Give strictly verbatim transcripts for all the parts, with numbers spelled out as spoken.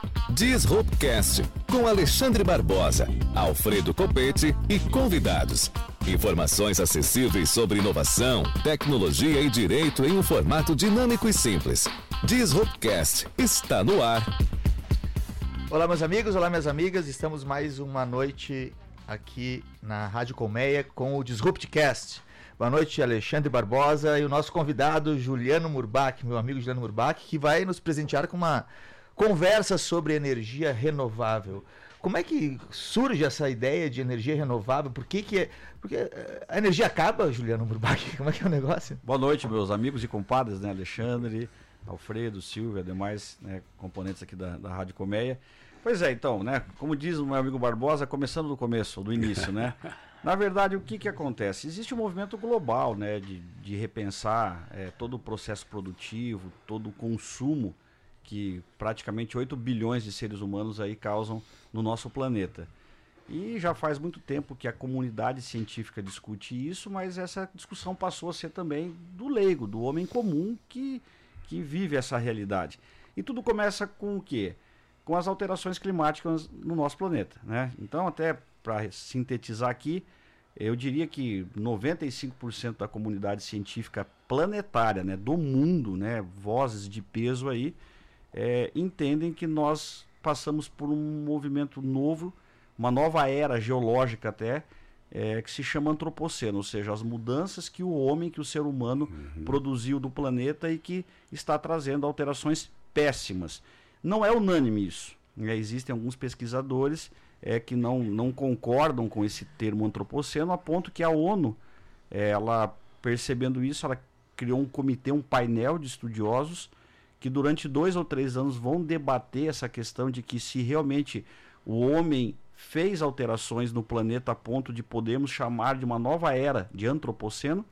Disruptcast, com Alexandre Barbosa, Alfredo Copete e convidados. Informações acessíveis sobre inovação, tecnologia e direito em um formato dinâmico e simples. Disruptcast está no ar. Olá, meus amigos, olá, minhas amigas. Estamos mais uma noite aqui na Rádio Colmeia com o Disruptcast. Boa noite, Alexandre Barbosa e o nosso convidado Juliano Murbach, meu amigo Juliano Murbach, que vai nos presentear com uma conversa sobre energia renovável. Como é que surge essa ideia de energia renovável? Por que que é? Porque a energia acaba, Juliano Murbach? Como é que é o negócio? Boa noite, meus amigos e compadres, né? Alexandre, Alfredo, Silvia, demais, né, componentes aqui da, da Rádio Colmeia. Pois é, então, né? Como diz o meu amigo Barbosa, começando do começo, do início, né? Na verdade, o que que acontece? Existe um movimento global, né? De, de repensar é, todo o processo produtivo, todo o consumo que praticamente oito bilhões de seres humanos aí causam no nosso planeta. E já faz muito tempo que a comunidade científica discute isso, mas essa discussão passou a ser também do leigo, do homem comum que, que vive essa realidade. E tudo começa com o quê? Com as alterações climáticas no nosso planeta, né? Então, até para sintetizar aqui, eu diria que noventa e cinco por cento da comunidade científica planetária, né, do mundo, né, vozes de peso aí, É, entendem que nós passamos por um movimento novo, uma nova era geológica até, é, que se chama antropoceno, ou seja, as mudanças que o homem, que o ser humano uhum. produziu do planeta e que está trazendo alterações péssimas. Não é unânime isso, né? Existem alguns pesquisadores é, que não, não concordam com esse termo antropoceno, a ponto que a ONU, é, ela percebendo isso, ela criou um comitê, um painel de estudiosos que durante dois ou três anos vão debater essa questão de que se realmente o homem fez alterações no planeta a ponto de podermos chamar de uma nova era de antropoceno.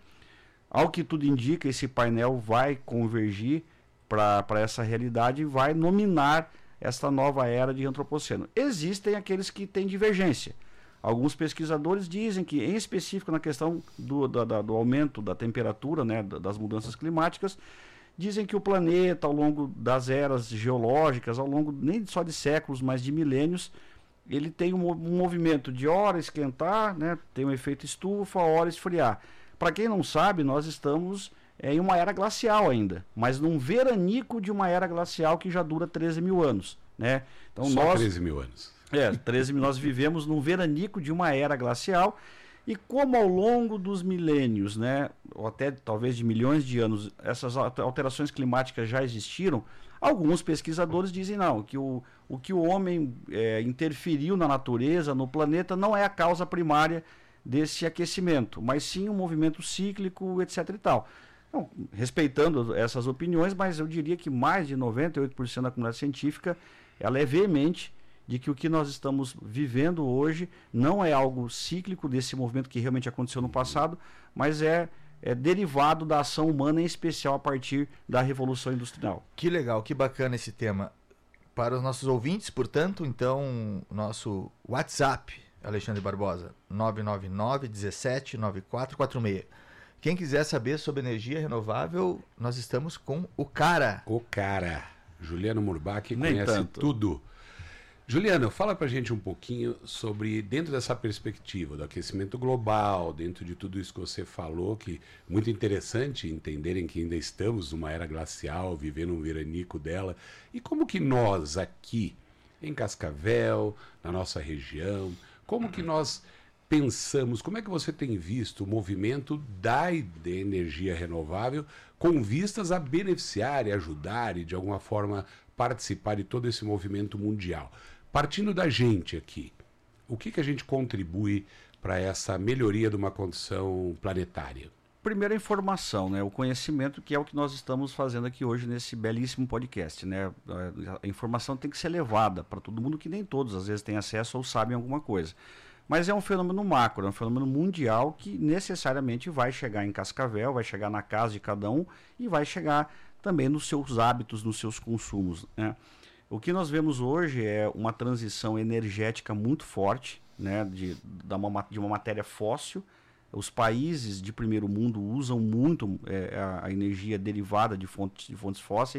Ao que tudo indica, esse painel vai convergir para essa realidade e vai nominar esta nova era de antropoceno. Existem aqueles que têm divergência. Alguns pesquisadores dizem que, em específico na questão do, da, da, do aumento da temperatura, né, das mudanças climáticas, dizem que o planeta, ao longo das eras geológicas, ao longo nem só de séculos, mas de milênios, ele tem um, um movimento de hora esquentar, né, tem um efeito estufa, hora esfriar. Para quem não sabe, nós estamos é, em uma era glacial ainda, mas num veranico de uma era glacial que já dura treze mil anos. Né? Então, só nós, treze mil anos. É, treze mil, nós vivemos num veranico de uma era glacial. E como ao longo dos milênios, né, ou até talvez de milhões de anos, essas alterações climáticas já existiram, alguns pesquisadores dizem não, que o, o que o homem é, interferiu na natureza, no planeta, não é a causa primária desse aquecimento, mas sim um movimento cíclico, etc e tal. Então, respeitando essas opiniões, mas eu diria que mais de noventa e oito por cento da comunidade científica, ela é veemente de que o que nós estamos vivendo hoje não é algo cíclico desse movimento que realmente aconteceu no passado, mas é, é derivado da ação humana, em especial a partir da Revolução Industrial. Que legal, que bacana esse tema. Para os nossos ouvintes, portanto, então, nosso WhatsApp, Alexandre Barbosa, nove nove nove, dezessete, noventa e quatro quarenta e seis. Quem quiser saber sobre energia renovável, nós estamos com o cara. O cara, Juliano Murbach, Nem conhece tanto. tudo. Juliano, fala pra gente um pouquinho sobre, dentro dessa perspectiva do aquecimento global, dentro de tudo isso que você falou, que é muito interessante entenderem que ainda estamos numa era glacial, vivendo um veranico dela, e como que nós aqui, em Cascavel, na nossa região, como que nós pensamos, como é que você tem visto o movimento da energia renovável com vistas a beneficiar e ajudar e de alguma forma participar de todo esse movimento mundial? Partindo da gente aqui, o que, que a gente contribui para essa melhoria de uma condição planetária? Primeiro a informação, né? O conhecimento, que é o que nós estamos fazendo aqui hoje nesse belíssimo podcast. Né? A informação tem que ser levada para todo mundo, que nem todos às vezes têm acesso ou sabem alguma coisa. Mas é um fenômeno macro, é um fenômeno mundial que necessariamente vai chegar em Cascavel, vai chegar na casa de cada um e vai chegar também nos seus hábitos, nos seus consumos, né? O que nós vemos hoje é uma transição energética muito forte, né, de, de uma matéria fóssil. Os países de primeiro mundo usam muito é, a, a energia derivada de fontes, de fontes fósseis,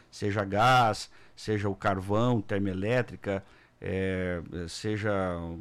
seja gás, seja o carvão, termoelétrica, é, seja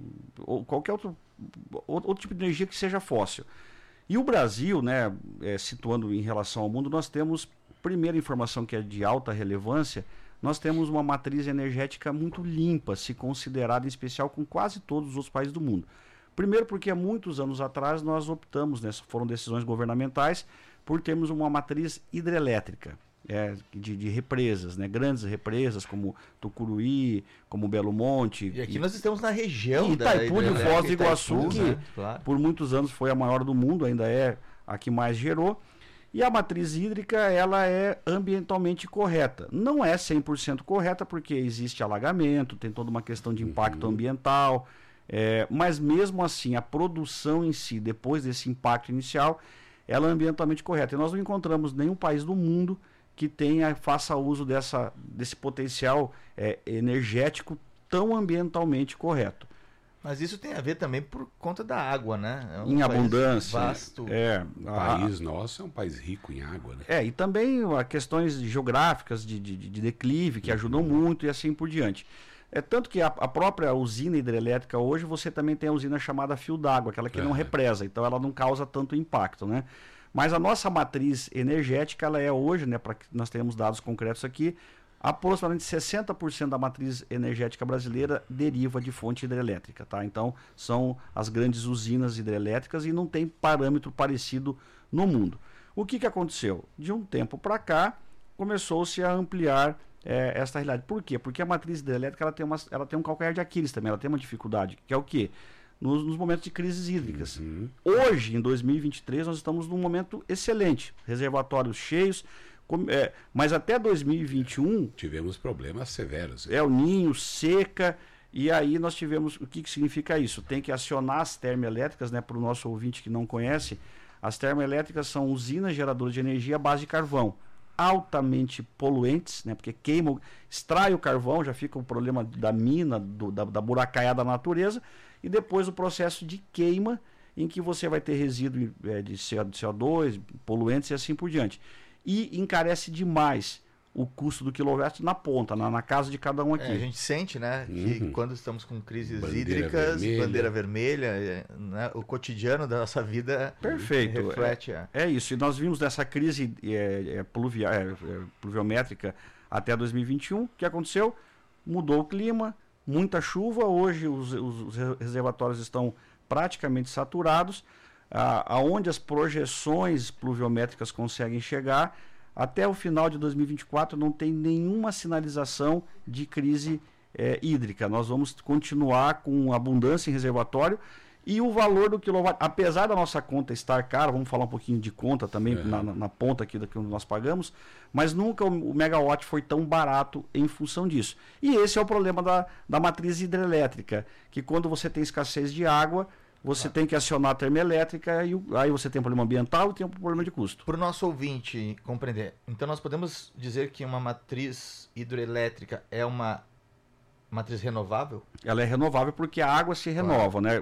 ou qualquer outro, outro tipo de energia que seja fóssil. E o Brasil, né, é, situando em relação ao mundo, nós temos, primeira informação que é de alta relevância, nós temos uma matriz energética muito limpa, se considerada em especial com quase todos os outros países do mundo. Primeiro porque há muitos anos atrás nós optamos, né, foram decisões governamentais, por termos uma matriz hidrelétrica, é, de, de represas, né, grandes represas como Tucuruí, como Belo Monte. E aqui e, nós estamos na região e Itaipu de Foz do Iguaçu, Itaipu, que né? Claro. Por muitos anos foi a maior do mundo, ainda é a que mais gerou. E a matriz hídrica, ela é ambientalmente correta. Não é cem por cento correta, porque existe alagamento, tem toda uma questão de impacto uhum. ambiental, é, mas mesmo assim, a produção em si, depois desse impacto inicial, ela é ambientalmente correta. E nós não encontramos nenhum país do mundo que tenha, faça uso dessa, desse potencial é, energético tão ambientalmente correto. Mas isso tem a ver também por conta da água, né? É um em abundância. Vasto. É, o país a, nosso é um país rico em água, né? É, e também a questões geográficas de, de, de declive que uhum. ajudam muito e assim por diante. É tanto que a, a própria usina hidrelétrica hoje, você também tem a usina chamada fio d'água, aquela que é. não represa, então ela não causa tanto impacto, né? Mas a nossa matriz energética, ela é hoje, né, para que nós tenhamos dados concretos aqui, aproximadamente sessenta por cento da matriz energética brasileira deriva de fonte hidrelétrica, tá? Então, são as grandes usinas hidrelétricas e não tem parâmetro parecido no mundo. O que, que aconteceu? De um tempo para cá, começou-se a ampliar é, esta realidade. Por quê? Porque a matriz hidrelétrica ela tem, uma, ela tem um calcanhar de Aquiles também, ela tem uma dificuldade, que é o quê? Nos, nos momentos de crises hídricas. Uhum. Hoje, em dois mil e vinte e três, nós estamos num momento excelente, reservatórios cheios, É, mas até dois mil e vinte e um... tivemos problemas severos. É o Ninho, seca, e aí nós tivemos... O que, que significa isso? Tem que acionar as termoelétricas, né, para o nosso ouvinte que não conhece. As termoelétricas são usinas geradoras de energia à base de carvão, altamente poluentes, né, porque queima, extrai o carvão, já fica o problema da mina, do, da, da buracaiada da natureza, e depois o processo de queima, em que você vai ter resíduo é, de C O dois, poluentes e assim por diante. E encarece demais o custo do quilowatt na ponta, na, na casa de cada um aqui. É, a gente sente, né, que uhum. quando estamos com crises bandeira hídricas, vermelha. bandeira vermelha, né, o cotidiano da nossa vida Perfeito. reflete. É, é isso. E nós vimos nessa crise é, é, pluvia, é, é, pluviométrica até dois mil e vinte e um. O que aconteceu? Mudou o clima, muita chuva. Hoje os, os reservatórios estão praticamente saturados. Ah, aonde as projeções pluviométricas conseguem chegar, até o final de dois mil e vinte e quatro não tem nenhuma sinalização de crise eh, hídrica. Nós vamos continuar com abundância em reservatório e o valor do quilowatt, apesar da nossa conta estar cara, vamos falar um pouquinho de conta também é. na, na ponta aqui que nós pagamos, mas nunca o, o megawatt foi tão barato em função disso. E esse é o problema da, da matriz hidrelétrica, que quando você tem escassez de água, você ah. tem que acionar a termoelétrica e o, aí você tem um problema ambiental e tem um problema de custo. Para o nosso ouvinte compreender, então nós podemos dizer que uma matriz hidroelétrica é uma matriz renovável? Ela é renovável porque a água se renova, claro. né?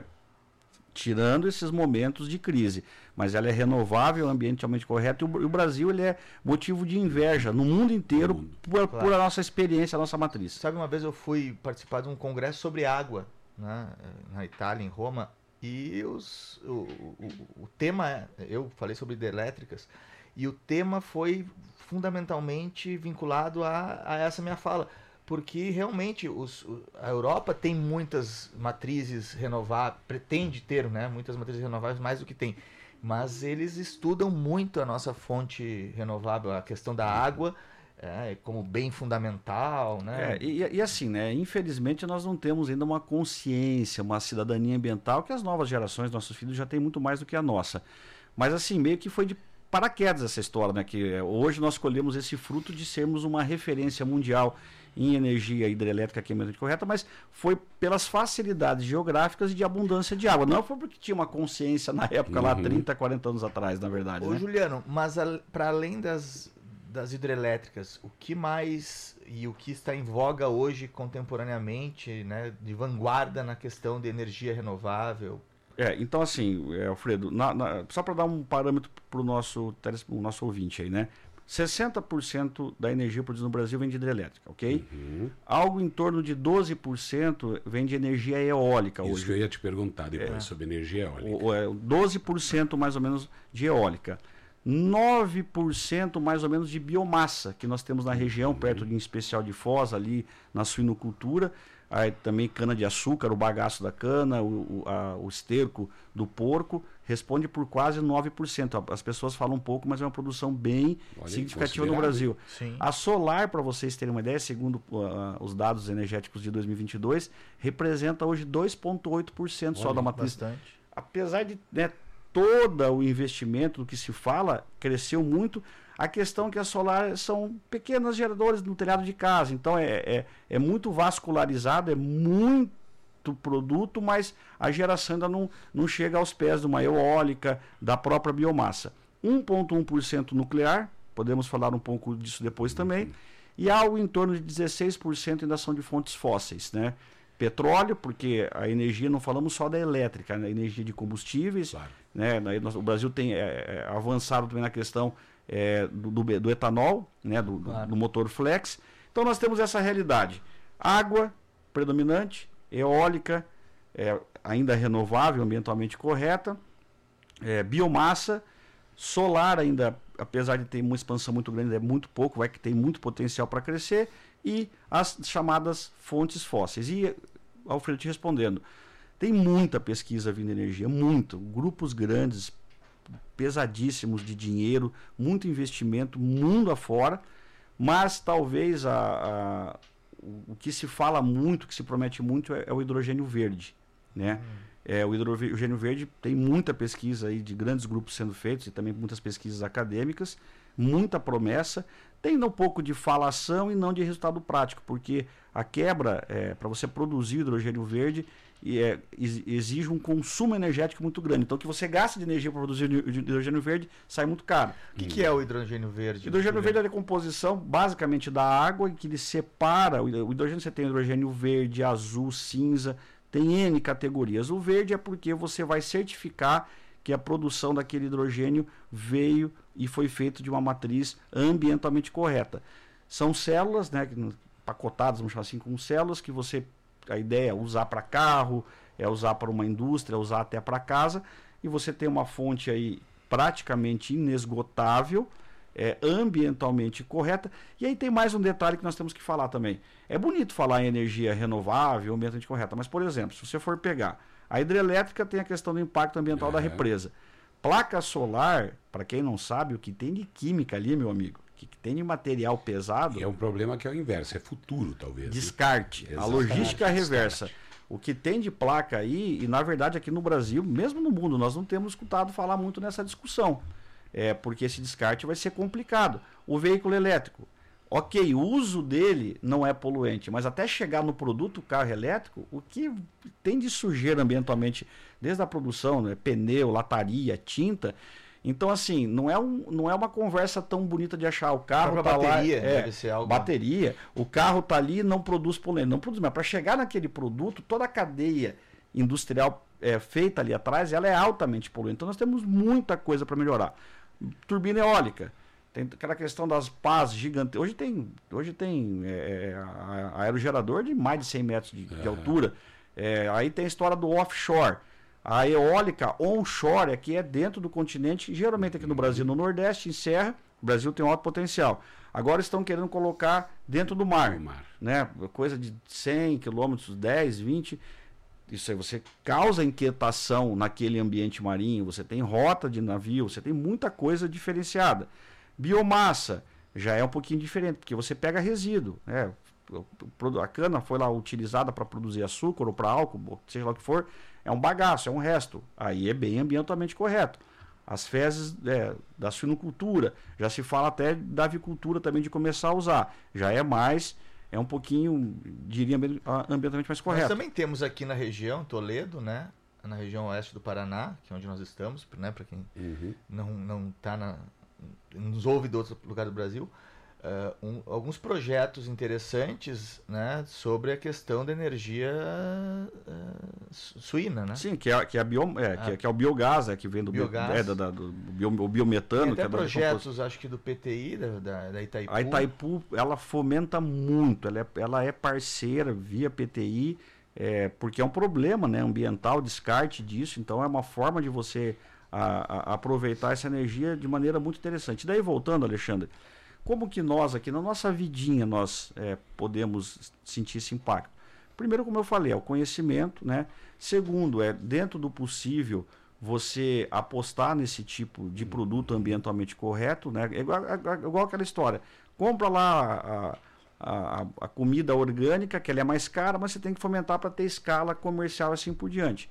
Tirando esses momentos de crise. Mas ela é renovável, ambientalmente correta. E o, e o Brasil ele é motivo de inveja no mundo inteiro no mundo. Por, claro. por a nossa experiência, a nossa matriz. Sabe, uma vez eu fui participar de um congresso sobre água, né, na Itália, em Roma. E os, o, o, o tema, eu falei sobre hidrelétricas, e o tema foi fundamentalmente vinculado a, a essa minha fala, porque realmente os, a Europa tem muitas matrizes renováveis, pretende ter, né, muitas matrizes renováveis, mais do que tem, mas eles estudam muito a nossa fonte renovável, a questão da água, É, como bem fundamental, né? É, e, e assim, né? Infelizmente nós não temos ainda uma consciência, uma cidadania ambiental que as novas gerações, nossos filhos já têm muito mais do que a nossa. Mas assim, meio que foi de paraquedas essa história, né? Que é, hoje nós colhemos esse fruto de sermos uma referência mundial em energia hidrelétrica queimante correta, mas foi pelas facilidades geográficas e de abundância de água. Não foi porque tinha uma consciência na época, uhum. lá trinta, quarenta anos atrás, na verdade. Ô, né? Juliano, mas para além das das hidrelétricas, o que mais e o que está em voga hoje contemporaneamente, né, de vanguarda na questão de energia renovável? É, então assim, é, Alfredo, na, na, só para dar um parâmetro para o nosso, o nosso ouvinte aí, né? sessenta por cento da energia produzida no Brasil vem de hidrelétrica, ok? Uhum. Algo em torno de doze por cento vem de energia eólica Isso hoje. que eu ia te perguntar depois é. sobre energia eólica. O, é, doze por cento mais ou menos de eólica. nove por cento mais ou menos de biomassa que nós temos na região, uhum. perto de, em especial de Foz, ali na suinocultura. Aí, também cana-de-açúcar, o bagaço da cana, o, o, a, o esterco do porco, responde por quase nove por cento. As pessoas falam um pouco, mas é uma produção bem Olha, significativa no Brasil. Sim. A solar, para vocês terem uma ideia, segundo uh, os dados energéticos de dois mil e vinte e dois, representa hoje dois vírgula oito por cento só da matriz. Bastante. Apesar de né, todo o investimento do que se fala, cresceu muito. A questão é que as solares são pequenas geradoras no telhado de casa, então é, é, é muito vascularizado, é muito produto, mas a geração ainda não, não chega aos pés de uma eólica, da própria biomassa. um vírgula um por cento nuclear, podemos falar um pouco disso depois também, e algo em torno de dezesseis por cento ainda são de fontes fósseis, né? Petróleo, porque a energia, não falamos só da elétrica, a energia de combustíveis, claro. né? O Brasil tem é, é, avançado também na questão É, do, do, do etanol, né, do, claro. do, do motor flex. Então nós temos essa realidade. Água predominante, eólica, é, ainda renovável, ambientalmente correta, é, biomassa, solar ainda, apesar de ter uma expansão muito grande, é muito pouco, vai que tem muito potencial para crescer, e as chamadas fontes fósseis. E, Alfredo, te respondendo, tem muita pesquisa vindo de energia, muito, grupos grandes, pesadíssimos de dinheiro, muito investimento, mundo afora, mas talvez a, a, o, o que se fala muito, o que se promete muito é, é o hidrogênio verde, né? Hum. É, o hidrogênio verde tem muita pesquisa aí de grandes grupos sendo feitos e também muitas pesquisas acadêmicas, muita promessa, tem um pouco de falação e não de resultado prático, porque a quebra, é, para você produzir hidrogênio verde, e é, exige um consumo energético muito grande. Então, o que você gasta de energia para produzir hidrogênio verde sai muito caro. O que, que é o hidrogênio verde? O hidrogênio verde é a decomposição, basicamente, da água, que ele separa. O hidrogênio, você tem hidrogênio verde, azul, cinza, tem N categorias. O verde é porque você vai certificar que a produção daquele hidrogênio veio e foi feito de uma matriz ambientalmente correta. São células, né, pacotadas, vamos chamar assim, como células, que você... A ideia é usar para carro, é usar para uma indústria, é usar até para casa, e você tem uma fonte aí praticamente inesgotável, é, ambientalmente correta. E aí tem mais um detalhe que nós temos que falar também. É bonito falar em energia renovável, ambientalmente correta, mas, por exemplo, se você for pegar, a hidrelétrica tem a questão do impacto ambiental é. da represa. Placa solar, para quem não sabe, o que tem de química ali, meu amigo, que tem de material pesado... E é um problema que é o inverso, é futuro, talvez. Descarte. Né? A logística é a reversa. O que tem de placa aí, e na verdade aqui no Brasil, mesmo no mundo, nós não temos escutado falar muito nessa discussão. É, porque esse descarte vai ser complicado. O veículo elétrico, ok, o uso dele não é poluente, mas até chegar no produto carro elétrico, o que tem de sujeira ambientalmente, desde a produção, né, pneu, lataria, tinta... Então, assim, não é, um, não é uma conversa tão bonita de achar o carro tá bateria, lá... É, deve ser algo... bateria, o carro tá ali e não produz poluente. Não produz, mas para chegar naquele produto, toda a cadeia industrial é, feita ali atrás, ela é altamente poluente. Então, nós temos muita coisa para melhorar. Turbina eólica. Tem aquela questão das pás gigantes. Hoje tem, hoje tem é, aerogerador de mais de cem metros de, de altura. É, aí tem a história do offshore. A eólica onshore aqui é dentro do continente, geralmente aqui no Brasil, no Nordeste, em Serra, o Brasil tem um alto potencial. Agora estão querendo colocar dentro do mar, mar. Né? Coisa de cem quilômetros, dez, vinte. Isso aí você causa inquietação naquele ambiente marinho, você tem rota de navio, você tem muita coisa diferenciada. Biomassa já é um pouquinho diferente, porque você pega resíduo, né? A cana foi lá utilizada para produzir açúcar ou para álcool, seja lá o que for, é um bagaço, é um resto. Aí é bem ambientalmente correto. As fezes é, da suinocultura, já se fala até da avicultura também de começar a usar. Já é mais, é um pouquinho, diria, ambientalmente mais correto. Nós também temos aqui na região, Toledo, né? Na região oeste do Paraná, que é onde nós estamos, né? Para quem uhum. não não tá na, nos ouve de outro lugar do Brasil. uh, um, alguns projetos interessantes, né, sobre a questão da energia uh, suína, né? Sim, que é, que é, a bio, é, ah. que é, que é o biogás, é, que vem do, biogás. Bio, é, da, da, do bio, o biometano. Tem até que é projetos, acho que do P T I, da, da, da Itaipu. A Itaipu, ela fomenta muito, ela é, ela é parceira via P T I, é, porque é um problema, né, ambiental, descarte disso, então é uma forma de você a, a, aproveitar essa energia de maneira muito interessante. E daí, voltando, Alexandre, como que nós aqui, na nossa vidinha, nós é, podemos sentir esse impacto? Primeiro, como eu falei, é o conhecimento, né? Segundo, é dentro do possível você apostar nesse tipo de produto ambientalmente correto, né? É igual, é igual aquela história. Compra lá a, a, a comida orgânica, que ela é mais cara, mas você tem que fomentar para ter escala comercial assim por diante.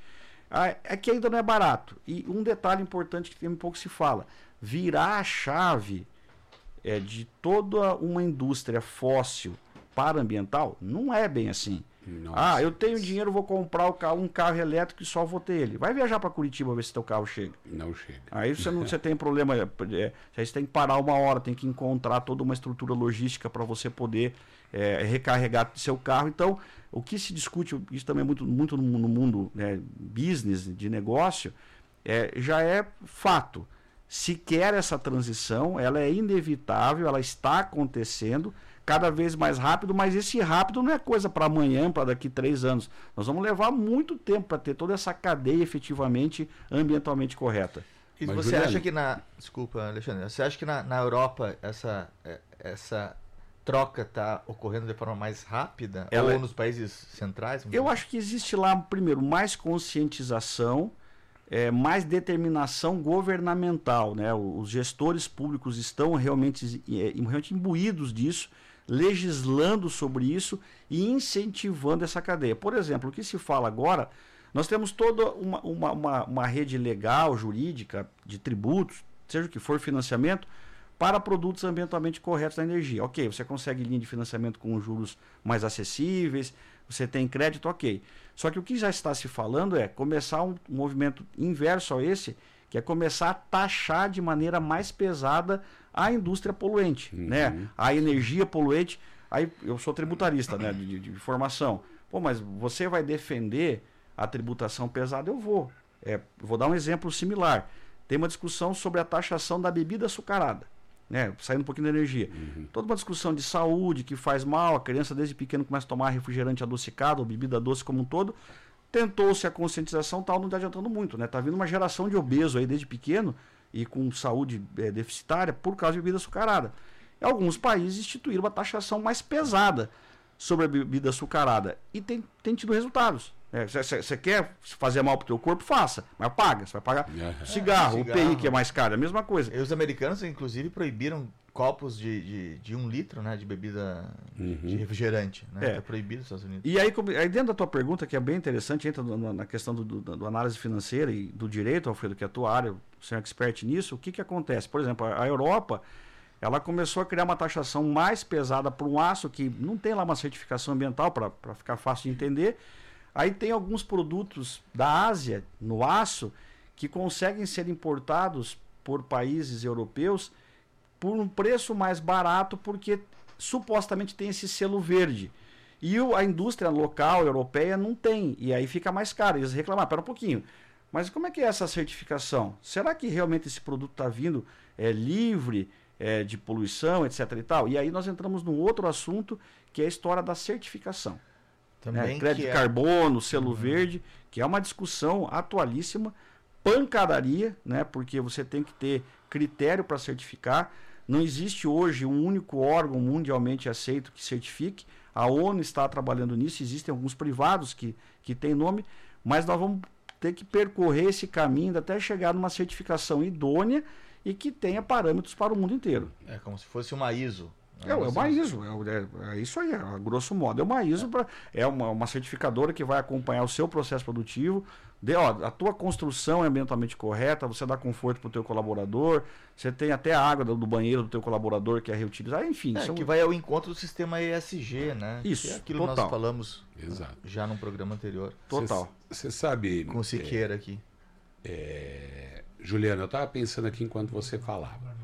É que ainda não é barato. E um detalhe importante que tem um pouco se fala, virar a chave é, de toda uma indústria fóssil para ambiental, não é bem assim. Nossa. Ah, eu tenho dinheiro, vou comprar o carro, um carro elétrico e só vou ter ele. Vai viajar para Curitiba ver se teu carro chega. Não chega. Aí você não você tem problema, é, você tem que parar uma hora, tem que encontrar toda uma estrutura logística para você poder é, recarregar seu carro. Então, o que se discute, isso também é muito, muito no, no mundo né, business, de negócio, é, já é fato. Se quer essa transição, ela é inevitável, ela está acontecendo cada vez mais rápido, mas esse rápido não é coisa para amanhã, para daqui três anos. Nós vamos levar muito tempo para ter toda essa cadeia efetivamente ambientalmente correta. E mas você Juliano... acha que na... Desculpa, Alexandre. Você acha que na, na Europa essa, essa troca está ocorrendo de forma mais rápida? Ela... Ou nos países centrais? Eu acho que existe lá, primeiro, mais conscientização, é, mais determinação governamental. Né? Os gestores públicos estão realmente, é, realmente imbuídos disso, legislando sobre isso e incentivando essa cadeia. Por exemplo, o que se fala agora, nós temos toda uma, uma, uma, uma rede legal, jurídica, de tributos, seja o que for financiamento, para produtos ambientalmente corretos da energia. Ok, você consegue linha de financiamento com juros mais acessíveis, você tem crédito, ok. Só que o que já está se falando é começar um movimento inverso a esse, que é começar a taxar de maneira mais pesada a indústria poluente, uhum. né? A energia poluente. Aí eu sou tributarista, né, de, de formação. Pô, mas você vai defender a tributação pesada? Eu vou. É, vou dar um exemplo similar. Tem uma discussão sobre a taxação da bebida açucarada, né? Saindo um pouquinho da energia. Uhum. Toda uma discussão de saúde que faz mal, a criança desde pequeno começa a tomar refrigerante adocicado, ou bebida doce como um todo. Tentou-se a conscientização, tal, não está adiantando muito, né? Tá vindo uma geração de obeso aí desde pequeno e com saúde é, deficitária por causa de bebida açucarada. Em alguns países instituíram uma taxação mais pesada sobre a bebida açucarada e tem, tem tido resultados. Você é, quer fazer mal para o teu corpo, faça, mas paga. Você vai pagar é. cigarro, é, o P I que é mais caro, é a mesma coisa. E os americanos, inclusive, proibiram copos de, de, de um litro, né, de bebida uhum. de refrigerante. Né? É. É proibido nos Estados Unidos. E aí, aí, dentro da tua pergunta, que é bem interessante, entra no, na questão do, do, do análise financeira e do direito, Alfredo, que é a tua área, você é um expert nisso, o que, que acontece? Por exemplo, a, a Europa, ela começou a criar uma taxação mais pesada para um aço que não tem lá uma certificação ambiental, para ficar fácil de entender. Aí tem alguns produtos da Ásia, no aço, que conseguem ser importados por países europeus por um preço mais barato, porque supostamente tem esse selo verde. E o, a indústria local, europeia, não tem. E aí fica mais caro. Eles reclamam, pera um pouquinho. Mas como é que é essa certificação? Será que realmente esse produto está vindo é, livre é, de poluição, etc e tal? E aí nós entramos num outro assunto, que é a história da certificação. Também, né? Crédito de é... carbono, selo uhum. verde, que é uma discussão atualíssima, pancadaria, né? Porque você tem que ter critério para certificar. Não existe hoje um único órgão mundialmente aceito que certifique. A ONU está trabalhando nisso, existem alguns privados que, que têm nome, mas nós vamos ter que percorrer esse caminho até chegar numa certificação idônea e que tenha parâmetros para o mundo inteiro. É como se fosse uma I S O. É, é uma I S O, é, é isso aí, a grosso modo. É uma I S O, pra, é uma, uma certificadora que vai acompanhar o seu processo produtivo. De, ó, a tua construção é ambientalmente correta, você dá conforto para o teu colaborador, você tem até a água do, do banheiro do teu colaborador que é reutilizada, enfim. É, são... que vai ao encontro do sistema E S G, né? Isso, que é aquilo que nós falamos Exato. já num programa anterior. Total. Você sabe... Com o Siqueira é, aqui. É, Juliano, eu estava pensando aqui enquanto você falava.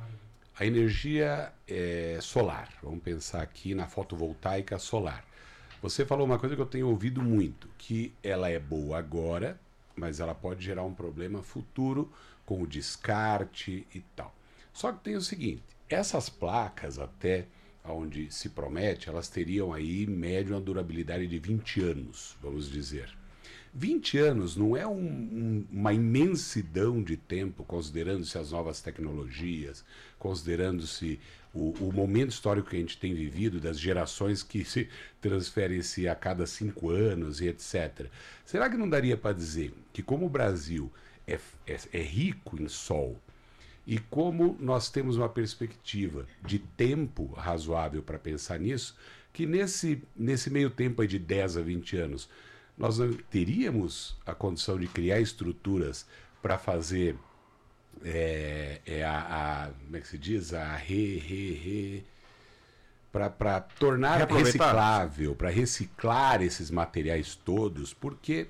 A energia é, solar, vamos pensar aqui na fotovoltaica solar. Você falou uma coisa que eu tenho ouvido muito, que ela é boa agora, mas ela pode gerar um problema futuro com o descarte e tal. Só que tem o seguinte, essas placas até onde se promete, elas teriam aí em média uma durabilidade de vinte anos, vamos dizer. vinte anos não é um, um, uma imensidão de tempo, considerando-se as novas tecnologias, considerando-se o, o momento histórico que a gente tem vivido, das gerações que se transferem-se a cada cinco anos e etcétera. Será que não daria para dizer que como o Brasil é, é, é rico em sol, e como nós temos uma perspectiva de tempo razoável para pensar nisso, que nesse, nesse meio tempo aí de dez a vinte anos, nós não teríamos a condição de criar estruturas para fazer é, é a, a, como é que se diz? A re, re, re, para tornar reciclável, para reciclar esses materiais todos, porque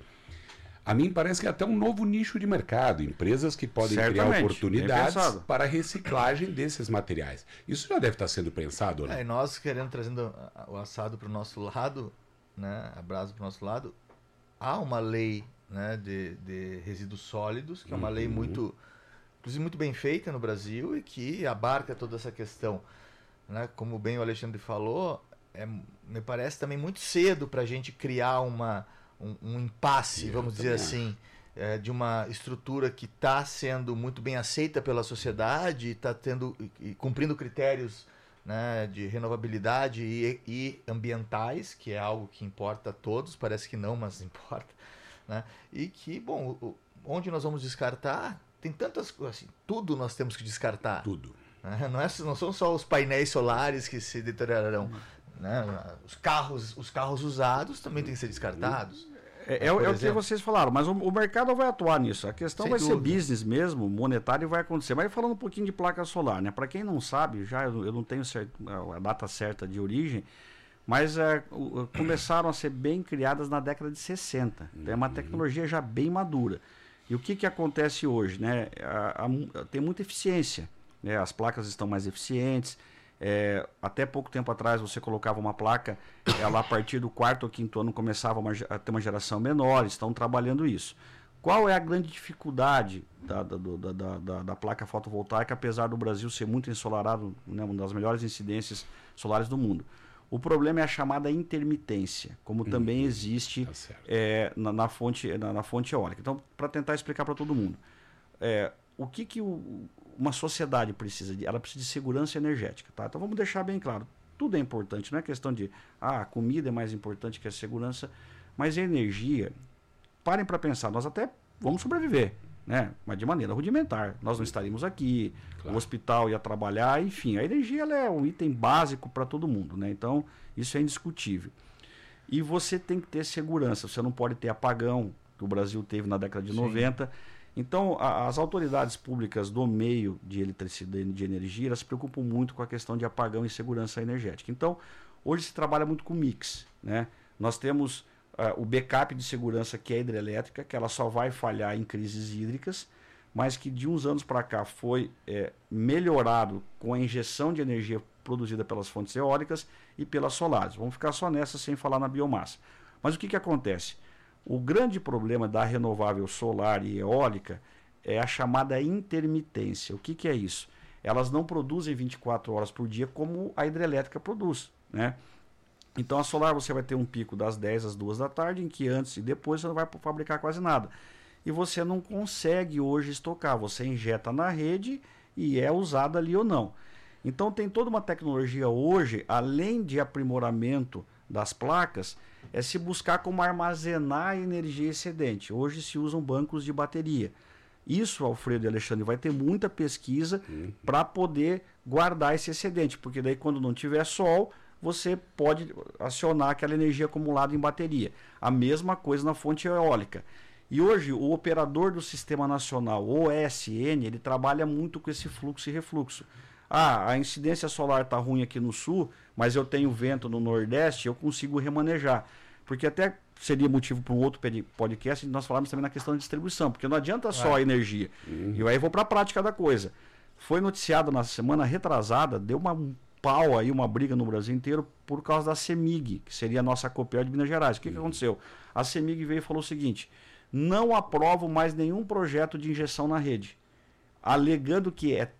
a mim parece que é até um novo nicho de mercado, empresas que podem Certamente, criar oportunidades para a reciclagem desses materiais. Isso já deve estar sendo pensado, né? É, e nós querendo, trazendo o assado para o nosso lado, né, a brasa para o nosso lado, há uma lei, né, de, de resíduos sólidos, que é uma Uhum. lei muito, inclusive muito bem feita no Brasil e que abarca toda essa questão. Né? Como bem o Alexandre falou, é, me parece também muito cedo para a gente criar uma... Um, um impasse, Eu vamos dizer também assim, é, de uma estrutura que está sendo muito bem aceita pela sociedade, está tendo e, e cumprindo critérios, né, de renovabilidade e, e ambientais, que é algo que importa a todos, parece que não, mas importa, né? E que, bom, o, onde nós vamos descartar, tem tantas coisas, assim, tudo nós temos que descartar. Tudo. Né? Não, é, não são só os painéis solares que se deteriorarão, né? Os carros, os carros usados também têm que ser descartados. É, é, o- é o que vocês falaram, mas o, o mercado vai atuar nisso. A questão Sem vai ser dúvida. business mesmo, monetário, e vai acontecer. Mas falando um pouquinho de placa solar, né? Para quem não sabe, já eu, eu não tenho certo, a data certa de origem, mas é, o- começaram a ser bem criadas na década de sessenta. Então, é uma tecnologia já bem madura. E o que, que acontece hoje? Né? A- a- tem muita eficiência, né? As placas estão mais eficientes. É, até pouco tempo atrás você colocava uma placa, ela a partir do quarto ou quinto ano começava uma ge- a ter uma geração menor, estão trabalhando isso. Qual é a grande dificuldade da, da, do- da, da, da- da placa fotovoltaica, apesar do Brasil ser muito ensolarado, né, uma das melhores incidências solares do mundo? O problema é a chamada intermitência, como também existe Tá certo. é, na, na fonte, na, na fonte eólica. Então, para tentar explicar para todo mundo, é, o que, que o- uma sociedade precisa de? Ela precisa de segurança energética. Tá? Então, vamos deixar bem claro, tudo é importante, não é questão de ah, a comida é mais importante que a segurança, mas a energia, parem para pensar, nós até vamos sobreviver, né? Mas de maneira rudimentar. Nós não estaríamos aqui, Claro. o hospital ia trabalhar, enfim, a energia ela é um item básico para todo mundo, né? Então, isso é indiscutível. E você tem que ter segurança, você não pode ter apagão, que o Brasil teve na década de Sim. noventa. Então, a- as autoridades públicas do meio de eletricidade e de energia, elas se preocupam muito com a questão de apagão e segurança energética. Então, hoje se trabalha muito com mix, né? Nós temos ah, o backup de segurança, que é a hidrelétrica, que ela só vai falhar em crises hídricas, mas que de uns anos para cá foi eh, melhorado com a injeção de energia produzida pelas fontes eólicas e pelas solares. Vamos ficar só nessa sem falar na biomassa. Mas o que, que acontece? O grande problema da renovável solar e eólica é a chamada intermitência. O que, que é isso? Elas não produzem vinte e quatro horas por dia como a hidrelétrica produz, né? Então a solar você vai ter um pico das dez às duas da tarde, em que antes e depois você não vai fabricar quase nada. E você não consegue hoje estocar, você injeta na rede e é usada ali ou não. Então tem toda uma tecnologia hoje, além de aprimoramento das placas, é se buscar como armazenar a energia excedente. Hoje se usam bancos de bateria. Isso, Alfredo e Alexandre, vai ter muita pesquisa para poder guardar esse excedente, porque daí quando não tiver sol, você pode acionar aquela energia acumulada em bateria. A mesma coisa na fonte eólica. E hoje o operador do Sistema Nacional, o O S N, ele trabalha muito com esse fluxo e refluxo. Ah, a incidência solar está ruim aqui no sul, mas eu tenho vento no nordeste, eu consigo remanejar. Porque até seria motivo para um outro podcast, nós falarmos também na questão de distribuição, porque não adianta só a energia. E aí eu vou para a prática da coisa. foi noticiado na semana retrasada, deu uma um pau aí, uma briga no Brasil inteiro por causa da CEMIG, que seria a nossa Copel de Minas Gerais. O que, que aconteceu? A CEMIG veio e falou o seguinte: não aprovo mais nenhum projeto de injeção na rede, alegando que é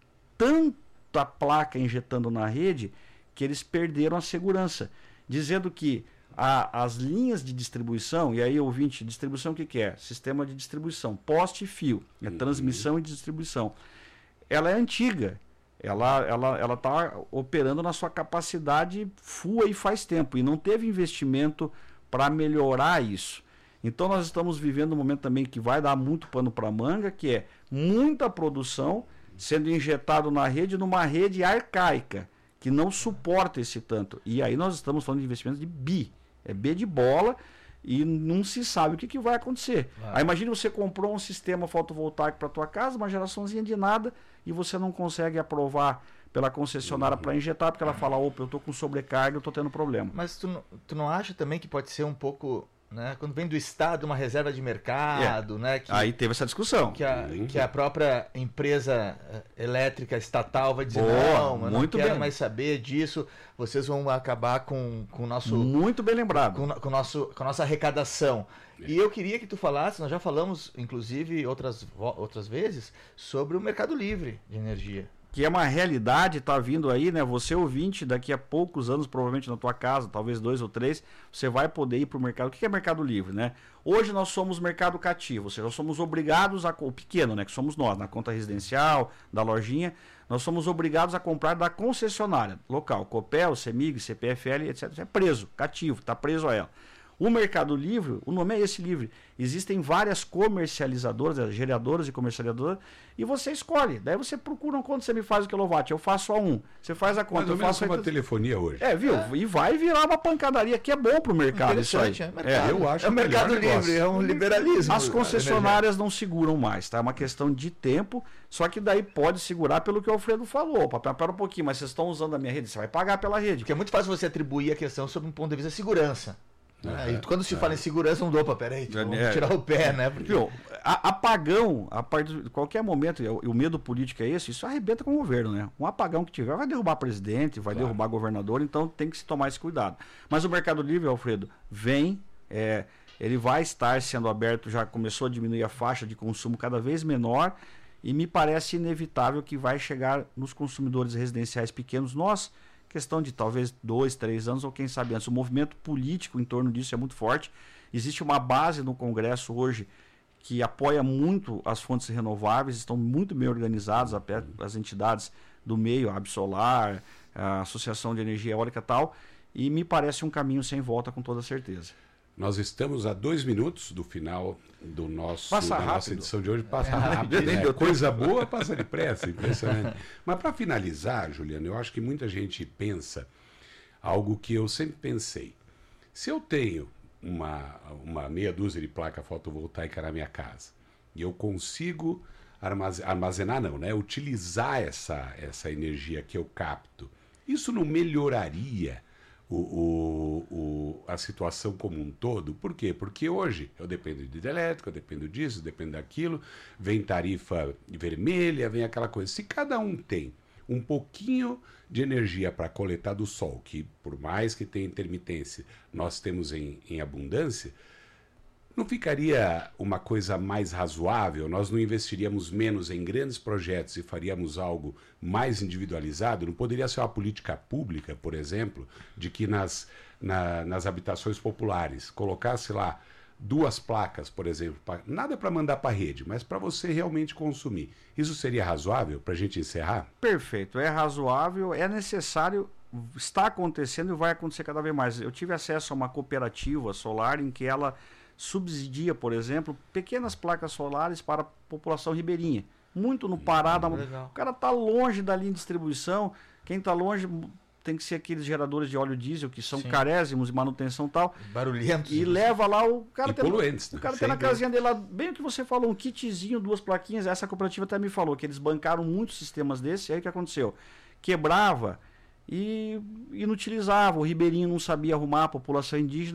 tanta placa injetando na rede que eles perderam a segurança, dizendo que a, as linhas de distribuição, e aí ouvinte, distribuição o que, que é? Sistema de distribuição, poste e fio, é uhum. transmissão e distribuição. Ela é antiga, ela ela ela está operando na sua capacidade full aí faz tempo, e não teve investimento para melhorar isso. Então nós estamos vivendo um momento também que vai dar muito pano para manga, que é muita produção sendo injetado na rede, numa rede arcaica, que não suporta esse tanto. E aí nós estamos falando de investimentos de bi, é B de bola, e não se sabe o que, que vai acontecer. Ah. Aí imagine você comprou um sistema fotovoltaico para tua casa, uma geraçãozinha de nada, e você não consegue aprovar pela concessionária para injetar, porque ela fala, opa, eu estou com sobrecarga, eu estou tendo problema. Mas tu, não- tu não acha também que pode ser um pouco, né, quando vem do Estado uma reserva de mercado, né, que, Aí teve essa discussão. que, a, que a própria empresa eh, elétrica estatal vai dizer, Boa, não, eu não muito quero bem. mais saber disso, vocês vão acabar com, com o nosso... Muito bem lembrado. com, com, o nosso, com a nossa arrecadação. E eu queria que tu falasse, nós já falamos, inclusive, outras, vo- outras vezes, sobre o mercado livre de energia. Que é uma realidade, está vindo aí, né? Você ouvinte, daqui a poucos anos, provavelmente na tua casa, talvez dois ou três, você vai poder ir para o mercado. O que é mercado livre, né? Hoje nós somos mercado cativo, ou seja, nós somos obrigados a... O pequeno, né? Que somos nós, na conta residencial, da lojinha, nós somos obrigados a comprar da concessionária local, Copel, CEMIG, C P F L, etcétera. É preso, cativo, está preso a ela. O mercado livre, o nome é esse livre, existem várias comercializadoras, geradoras e comercializadoras, e você escolhe. Daí você procura um quanto você me faz o quilowatt, eu faço a um. Você faz a conta, Mais ou eu menos faço como a... a telefonia hoje. É, viu? E vai virar uma pancadaria que é bom pro mercado isso aí. Interessante, é É, mercado. eu acho é o o melhor mercado negócio. livre, é um liberalismo. As concessionárias não seguram mais, tá? É uma questão de tempo, só que daí pode segurar pelo que o Alfredo falou. Pera, pera um pouquinho, mas vocês estão usando a minha rede, você vai pagar pela rede. Porque é muito fácil você atribuir a questão sob um ponto de vista de segurança. né? Uhum. E quando se fala em segurança, não dou para, peraí, vamos É. tirar o pé, né? Porque... Viu? A- apagão, a partir de qualquer momento, e o, e o medo político é esse, isso arrebenta com o governo, né? Um apagão que tiver vai derrubar presidente, vai Claro. derrubar governador, então tem que se tomar esse cuidado. Mas o Mercado Livre, Alfredo, vem, é, ele vai estar sendo aberto, já começou a diminuir a faixa de consumo cada vez menor, e me parece inevitável que vai chegar nos consumidores residenciais pequenos. Nós, questão de talvez dois, três anos, ou quem sabe antes. O movimento político em torno disso é muito forte. Existe uma base no Congresso hoje que apoia muito as fontes renováveis, estão muito bem organizadas, até as entidades do meio, a Absolar, a Associação de Energia Eólica e tal, e me parece um caminho sem volta com toda certeza. Nós estamos a dois minutos do final do nosso, Passa da nossa rápido. edição de hoje. Passa É, rápido. nem né? deu Coisa boa passa depressa, impressionante. Mas para finalizar, Juliano, eu acho que muita gente pensa algo que eu sempre pensei. Se eu tenho uma, uma meia dúzia de placa fotovoltaica na minha casa e eu consigo armazenar, armazenar não, né? Utilizar essa, essa energia que eu capto, isso não melhoraria O, o, o, a situação como um todo? Por quê? Porque hoje eu dependo de elétrica, eu dependo disso, eu dependo daquilo, vem tarifa vermelha, vem aquela coisa. Se cada um tem um pouquinho de energia para coletar do sol, que por mais que tenha intermitência, nós temos em, em abundância, não ficaria uma coisa mais razoável? Nós não investiríamos menos em grandes projetos e faríamos algo mais individualizado? Não poderia ser uma política pública, por exemplo, de que nas, na, nas habitações populares colocasse lá duas placas, por exemplo, pra, nada para mandar para a rede, mas para você realmente consumir. Isso seria razoável para a gente encerrar? Perfeito, é razoável, é necessário, está acontecendo e vai acontecer cada vez mais. Eu tive acesso a uma cooperativa solar em que ela subsidia, por exemplo, pequenas placas solares para a população ribeirinha. Muito no Pará. Hum, na... legal. O cara está longe da linha de distribuição. Quem está longe tem que ser aqueles geradores de óleo diesel que são Sim. carésimos e manutenção e tal. Barulhentos. E leva lá o cara E tem, poluentes, o né? cara tem na Sempre. casinha dele lá, bem o que você falou, um kitzinho, duas plaquinhas. Essa cooperativa até me falou que eles bancaram muitos sistemas desses. E aí o que aconteceu? Quebrava e inutilizava. O ribeirinho não sabia arrumar, a população indígena. O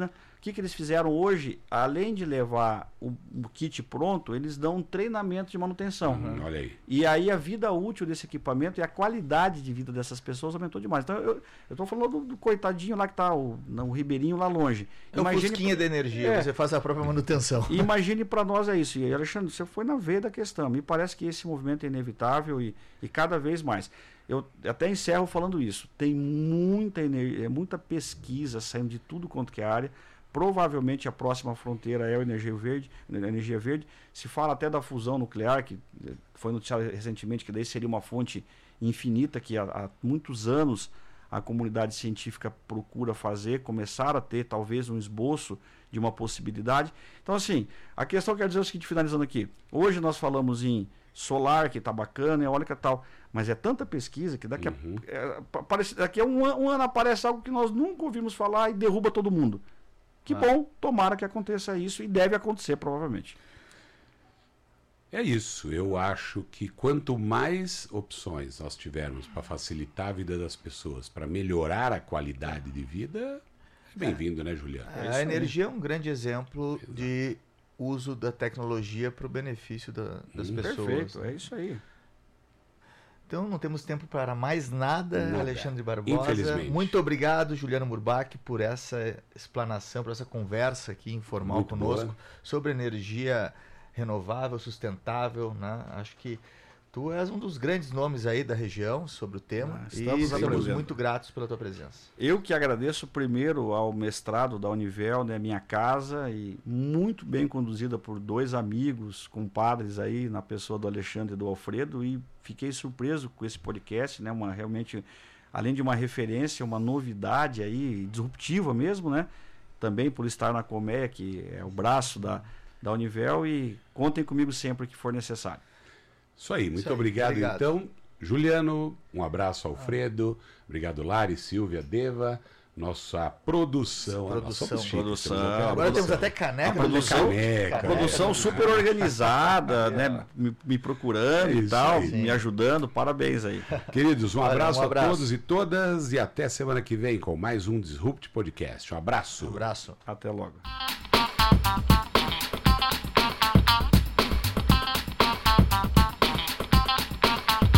que, que eles fizeram hoje? Além de levar o, o kit pronto, eles dão um treinamento de manutenção. Uhum, olha aí. E aí a vida útil desse equipamento e a qualidade de vida dessas pessoas aumentou demais. Então eu estou falando do, do coitadinho lá que está, o, o Ribeirinho lá longe. É o fusquinha de energia, é, você faz a própria manutenção. E imagine para nós é isso. E Alexandre, você foi na veia da questão. Me parece que esse movimento é inevitável e, e cada vez mais. Eu até encerro falando isso. Tem muita, energia, muita pesquisa saindo de tudo quanto que é área. Provavelmente a próxima fronteira é a energia verde, a energia verde. Se fala até da fusão nuclear, que foi noticiado recentemente, que daí seria uma fonte infinita, que há, há muitos anos a comunidade científica procura fazer, começar a ter talvez um esboço de uma possibilidade. Então, assim, a questão quer dizer o seguinte, finalizando aqui. Hoje nós falamos em solar, que está bacana, eólica e tal, mas é tanta pesquisa que daqui, Uhum. a, é, parece, daqui a um, um ano aparece algo que nós nunca ouvimos falar e derruba todo mundo. Que Ah. bom, tomara que aconteça isso e deve acontecer, provavelmente. É isso. Eu acho que quanto mais opções nós tivermos para facilitar a vida das pessoas, para melhorar a qualidade de vida, é bem-vindo, né, Juliano? É, a energia é um grande exemplo de uso da tecnologia para o benefício da, das Hum, pessoas. Perfeito, é isso aí. Então não temos tempo para mais nada, Nada. Alexandre Barbosa. Infelizmente. Muito obrigado, Juliano Murbach, por essa explanação, por essa conversa aqui informal Muito conosco boa. sobre energia renovável, sustentável, né? Acho que tu és um dos grandes nomes aí da região sobre o tema Ah, e estamos estamos aprendendo. muito gratos pela tua presença. Eu que agradeço primeiro ao mestrado da Univel, né, minha casa, e muito bem conduzida por dois amigos, compadres aí, na pessoa do Alexandre e do Alfredo, e fiquei surpreso com esse podcast, né, uma, realmente, além de uma referência, uma novidade aí, disruptiva mesmo, né, também por estar na Colmeia, que é o braço da, da Univel, e contem comigo sempre que for necessário. Isso aí, muito Isso aí, obrigado, obrigado. então. Juliano, um abraço, Alfredo. Obrigado, Lari, Silvia, Deva. Nossa produção. Produção, Ah, nós somos chiques, produção. temos até a Agora temos produção. até caneca. A produção- Caneca. Caneca. Produção super organizada, né? Me, me procurando É e isso tal, aí. me ajudando. Parabéns aí. Queridos, um Olha, abraço, um abraço. a todos e todas e até semana que vem com mais um Disrupt Podcast. Um abraço. Um abraço. Até logo.